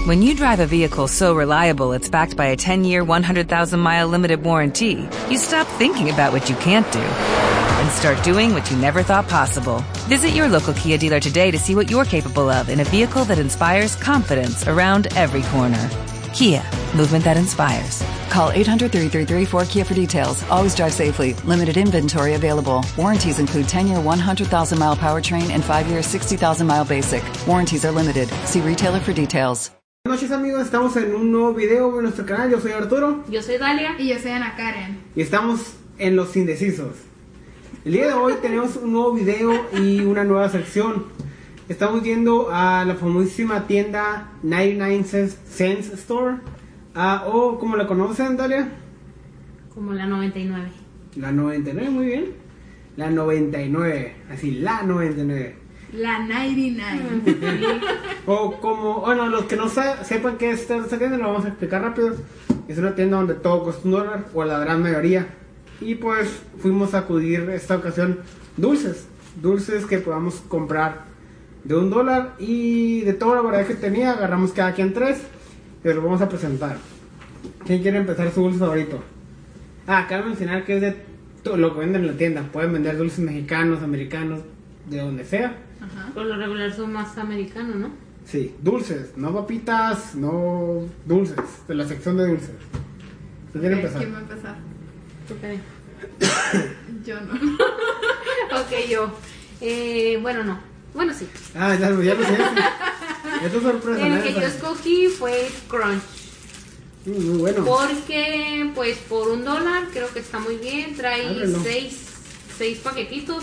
When you drive a vehicle so reliable it's backed by a 10-year, 100,000-mile limited warranty, you stop thinking about what you can't do and start doing what you never thought possible. Visit your local Kia dealer today to see what you're capable of in a vehicle that inspires confidence around every corner. Kia, movement that inspires. Call 800-333-4KIA for details. Always drive safely. Limited inventory available. Warranties include 10-year 100,000-mile powertrain and 5-year 60,000-mile basic. Warranties are limited. See retailer for details. Buenas noches amigos, estamos en un nuevo video en nuestro canal. Yo soy Arturo. Yo soy Dalia. Y yo soy Ana Karen. Y estamos en Los Indecisos. El día de hoy tenemos un nuevo video y una nueva sección. Estamos yendo a la famosísima tienda 99 Cents Store. O como la conocen, Dalia. Como la 99. La 99, muy bien. La 99, así, la 99. La 99. O como, bueno, los que no sepan qué es esta tienda, lo vamos a explicar rápido. Es una tienda donde todo cuesta $1, o la gran mayoría. Y pues fuimos a acudir esta ocasión dulces que podamos comprar de $1. Y de toda la variedad que tenía, agarramos cada quien 3. Pero lo vamos a presentar. ¿Quién quiere empezar su dulce favorito? Cabe mencionar que es de todo lo que venden en la tienda. Pueden vender dulces mexicanos, americanos, de donde sea. Ajá. Por lo regular son más americanos, ¿no? Sí, dulces, no papitas, no dulces, de la sección de dulces. ¿Quién quiere empezar? ¿Quién va a empezar? ¿Tú qué? Yo no. Ok, yo. Bueno, no. Bueno, sí. Ya lo sé. Esta sorpresa. El que yo escogí fue Crunch. Muy bueno. Porque, pues, por $1 creo que está muy bien. Trae 6 paquetitos.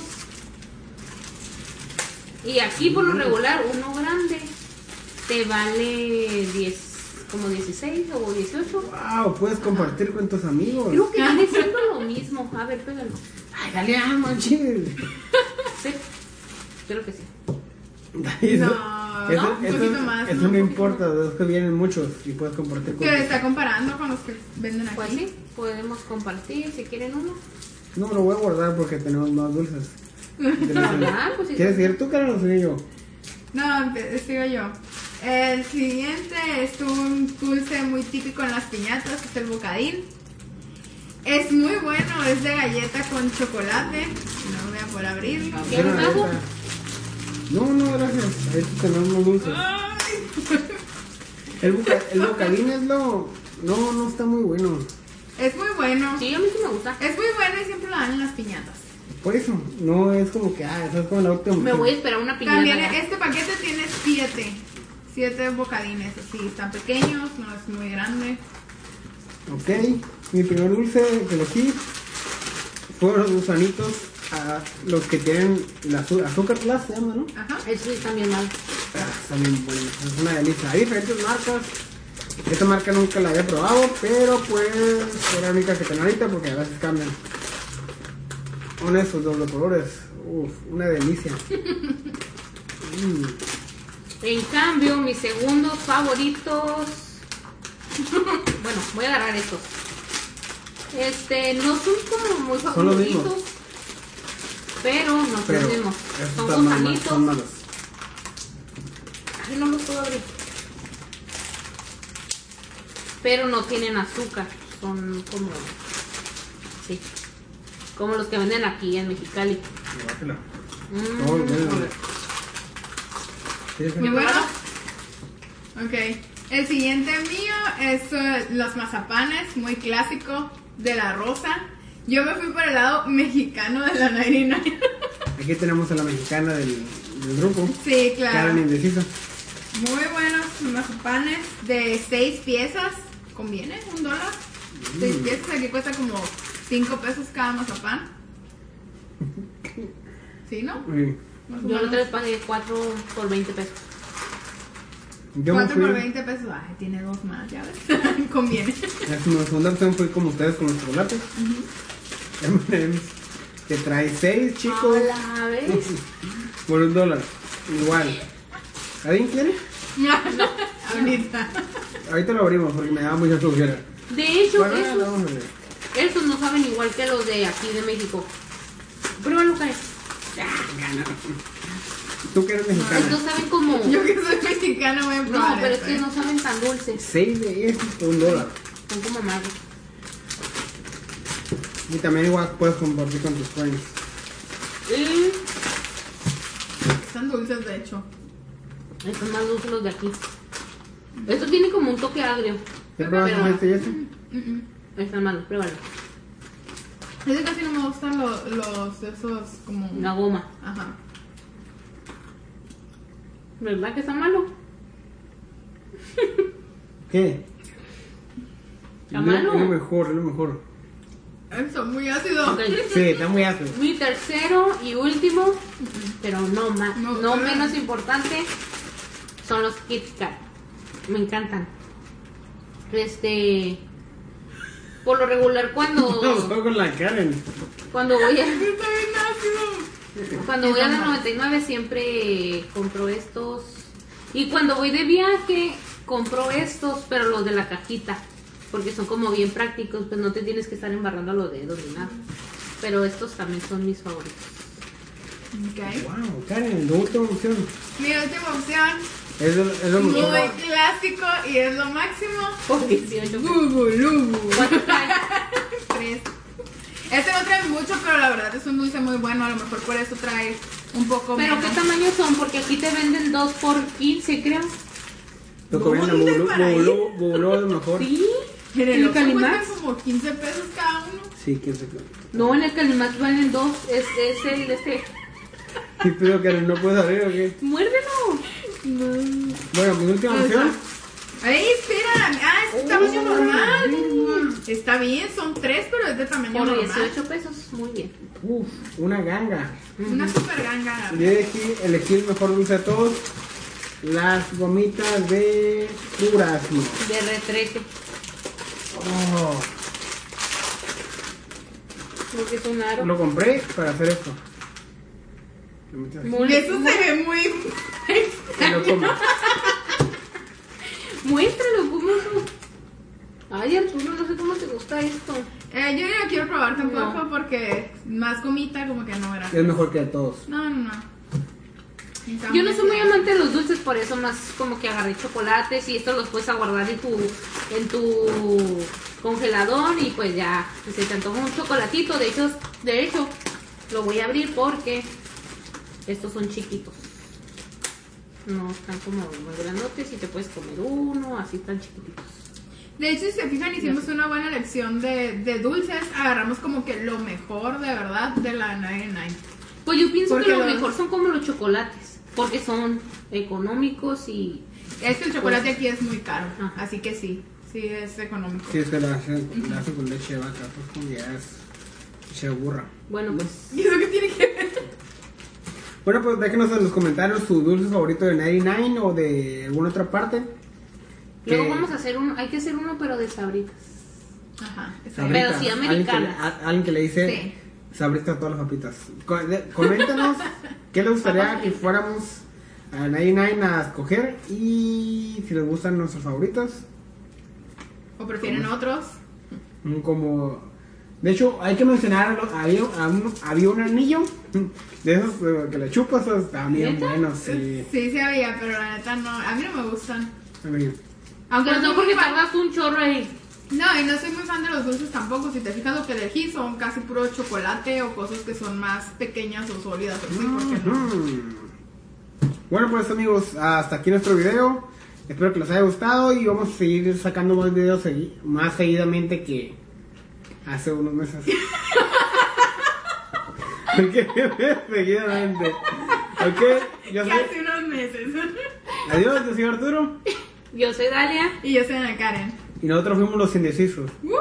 Y aquí, por lo regular, uno grande te vale 16 o 18. Wow, puedes compartir con tus amigos. Creo que viene siendo lo mismo. A ver, pégalo. Ay, dale, manches. Sí, creo que sí. Eso, un poquito más. Eso no importa, es que vienen muchos y puedes compartir con Que está comparando con los que venden aquí. Pues sí, podemos compartir si quieren uno. No, me lo voy a guardar porque tenemos más dulces. Pues sí. ¿Quieres seguir tú, Karen, o soy yo? No, sigo yo. El siguiente es un dulce muy típico en las piñatas, es el bocadín. Es muy bueno, es de galleta con chocolate. No voy a poder abrirlo. ¿Quieres algo? No, gracias. Ahí tenemos dulces. El bocadín es lo... No está muy bueno. Es muy bueno. Sí, a mí sí me gusta. Es muy bueno y siempre lo dan en las piñatas. Por eso, no es como que, eso es como la última. Me voy a esperar una piñata. También este paquete tiene 7 bocadines, así, están pequeños, no es muy grande. Ok, mi primer dulce que elegí fueron los gusanitos, los que tienen la azúcar plus, se llama, ¿no? Ajá. Eso sí, también mal. Están bien buenos, es una delicia. Hay diferentes marcas. Esta marca nunca la había probado, pero pues era la única que tengo ahorita porque a veces cambian. Uno de esos doble colores, una delicia. En cambio, mis segundos favoritos. Bueno, voy a agarrar estos. No son como muy favoritos. Pero no son los mismos. Son gusanitos. Son malos. Ay, no los puedo abrir. Pero no tienen azúcar. Son como... Sí. Como los que venden aquí en Mexicali. Muy bueno. Ok. El siguiente mío es los mazapanes, muy clásico, de la rosa. Yo me fui por el lado mexicano de la 99. Aquí tenemos a la mexicana del grupo. Sí, claro. Karen indecisa. Muy buenos mazapanes de 6 piezas. ¿Conviene? $1. 6 piezas, aquí cuesta como 5 pesos cada mazapán. ¿Sí, no? Sí. Yo lo tres pagué 4 por 20 pesos. 4 por 20 pesos. Ay, tiene 2 más, ya ves. Conviene. La segunda opción fue como ustedes con los chocolates. Que trae 6 chicos. Hola, ¿ves? Por $1. Igual. ¿Alguien quiere? Ahorita. Ahorita lo abrimos porque me da mucha flojera. De hecho, Bueno, vamos a ver. estos no saben igual que los de aquí de México. Pruébalo, Karen. Tú que eres mexicana. Estos saben como... Yo que soy mexicana voy a probar. No, pero es que no saben tan dulces. 6 de estos por $1. Son como magos. Y también igual puedes compartir con tus friends. Y Están dulces, de hecho. están más dulces los de aquí. Esto tiene como un toque agrio. ¿Ya probaste Pero- este y este? Están malos, pruébalo. Es que casi no me gustan los esos como... La goma. Ajá. ¿Verdad que está malo? ¿Qué? Está malo. Es lo mejor. Son muy ácidos. Ok. Sí, está muy ácido. Mi tercero y último, pero no más, No, no menos importante, son los Kit Kat. Me encantan. Por lo regular No, cuando estoy con la Karen. cuando voy a Está bien ácido. cuando voy a la 99 siempre compro estos, y cuando voy de viaje compro estos, pero los de la cajita, porque son como bien prácticos, pues no te tienes que estar embarrando los dedos ni nada. Pero estos también son mis favoritos. Ok. Wow, Karen, la última opción. Mi última opción, Es lo muy mejor. clásico y es lo máximo. Por 18. Bubulubu. ¿Cuánto trae? 3. Este no trae mucho, pero la verdad es un dulce muy bueno. A lo mejor por eso trae un poco ¿Pero menos. qué tamaño son? Porque aquí te venden 2 por 15, creo. Lo que venden ¿Dónde para ir? Bubulú es lo mejor. ¿Sí? En ¿En el el Oxxo Calimax? cuestan como 15 pesos cada uno. Sí, quién sé. No, en el Calimax valen 2. Es el ¿Qué pedo, Karen? ¿No puedes abrir o qué? Muérdelo. Bueno, mi última opción. Ay, espera. Ah, es Oh, tamaño normal. Está bien, son 3, pero es de tamaño Por normal. 18 pesos. Muy bien. Uf, una ganga. Una super ganga. Yo elegí el mejor dulce de todos. Las gomitas de durazno. De retrete. Oh, Porque es un aro. lo compré para hacer esto. Lo metes así. Muy- Eso se ve muy. Y lo comes. Muéstralo, ¿cómo son? Ay, Arturo, no sé cómo te gusta esto. Yo no lo quiero probar tampoco No. porque más gomita como que no era. Es mejor que de todos. No, no, no. Está Yo no soy muy feo. amante de los dulces, por eso más como que agarré chocolates y estos los puedes guardar en tu congelador y pues ya, si se te antoja un chocolatito, de hecho, lo voy a abrir porque estos son chiquitos. No están como muy grandotes y te puedes comer uno, así tan chiquititos. De hecho, si se fijan, hicimos una buena elección de dulces. Agarramos como que lo mejor de verdad de la 99. Pues yo pienso Porque que lo los- mejor son como los chocolates, porque son económicos y Es que el chocolate aquí es muy caro, Ajá. así que sí es económico. Sí, es que la hacen con leche de vaca. Pues como ya es leche de burra. bueno, pues ¿Y eso qué tiene que ver? Bueno, pues déjenos en los comentarios su dulce favorito de 99 o de alguna otra parte. luego Que- vamos a hacer uno, hay que hacer uno pero de sabritas. Ajá, está Sabritas. bien. Pero sí americanas. Alguien que le dice Sí. sabritas a todas las papitas. Coméntanos qué les gustaría que fuéramos a 99 a escoger y si les gustan nuestros favoritos. ¿O prefieren otros? Como de hecho hay que mencionar había un anillo de esos que le chupas, esos estaban bien ¿Neta? buenos. Sí. Sí había, pero la neta no. A mí no me gustan. A ver, Aunque Pero no no soy muy porque fan. tardas un chorro ahí. No, y no soy muy fan de los dulces tampoco. Si te fijas, lo que elegí son casi puro chocolate o cosas que son más pequeñas o sólidas. Así, porque no. Bueno, pues amigos, hasta aquí nuestro video. Espero que les haya gustado y vamos a seguir sacando más videos más seguidamente que hace unos meses. Porque seguidamente. Ok, yo soy. Casi unos meses. Adiós, yo soy Arturo. Yo soy Dalia. Y yo soy Ana Karen. Y nosotros fuimos los indecisos.